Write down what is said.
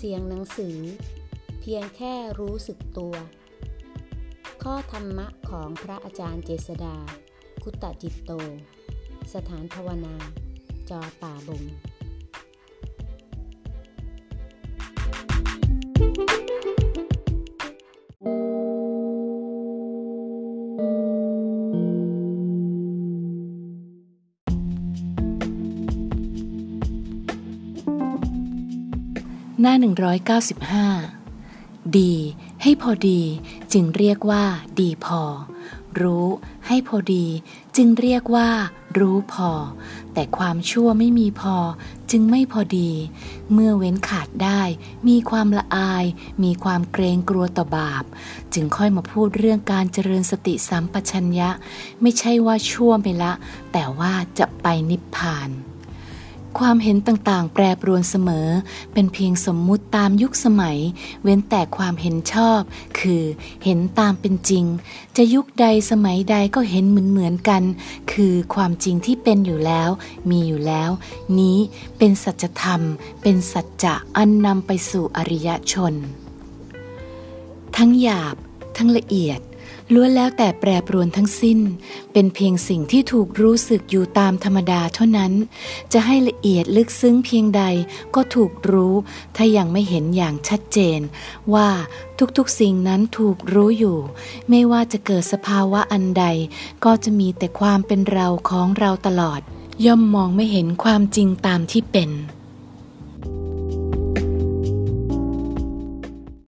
สียงหนังสือเพียงแค่รู้สึกตัวข้อธรรมะของพระอาจารย์เจษฎาคุตจิตโตสถานภาวนาจอป่าบงหน้า195ดีให้พอดีจึงเรียกว่าดีพอรู้ให้พอดีจึงเรียกว่ารู้พอแต่ความชั่วไม่มีพอจึงไม่พอดีเมื่อเว้นขาดได้มีความละอายมีความเกรงกลัวต่อบาปจึงค่อยมาพูดเรื่องการเจริญสติสัมปชัญญะไม่ใช่ว่าชั่วไปละแต่ว่าจะไปนิพพานความเห็นต่างๆแปรปรวนเสมอเป็นเพียงสมมุติตามยุคสมัยเว้นแต่ความเห็นชอบคือเห็นตามเป็นจริงจะยุคใดสมัยใดก็เห็นเหมือนกันคือความจริงที่เป็นอยู่แล้วมีอยู่แล้วนี้เป็นสัจธรรมเป็นสัจจะอันนำไปสู่อริยชนทั้งหยาบทั้งละเอียดล้วนแล้วแต่แปรปรวนทั้งสิ้นเป็นเพียงสิ่งที่ถูกรู้สึกอยู่ตามธรรมดาเท่านั้นจะให้ละเอียดลึกซึ้งเพียงใดก็ถูกรู้ถ้ายังไม่เห็นอย่างชัดเจนว่าทุกๆสิ่งนั้นถูกรู้อยู่ไม่ว่าจะเกิดสภาวะอันใดก็จะมีแต่ความเป็นเราของเราตลอดย่อมมองไม่เห็นความจริงตามที่เป็น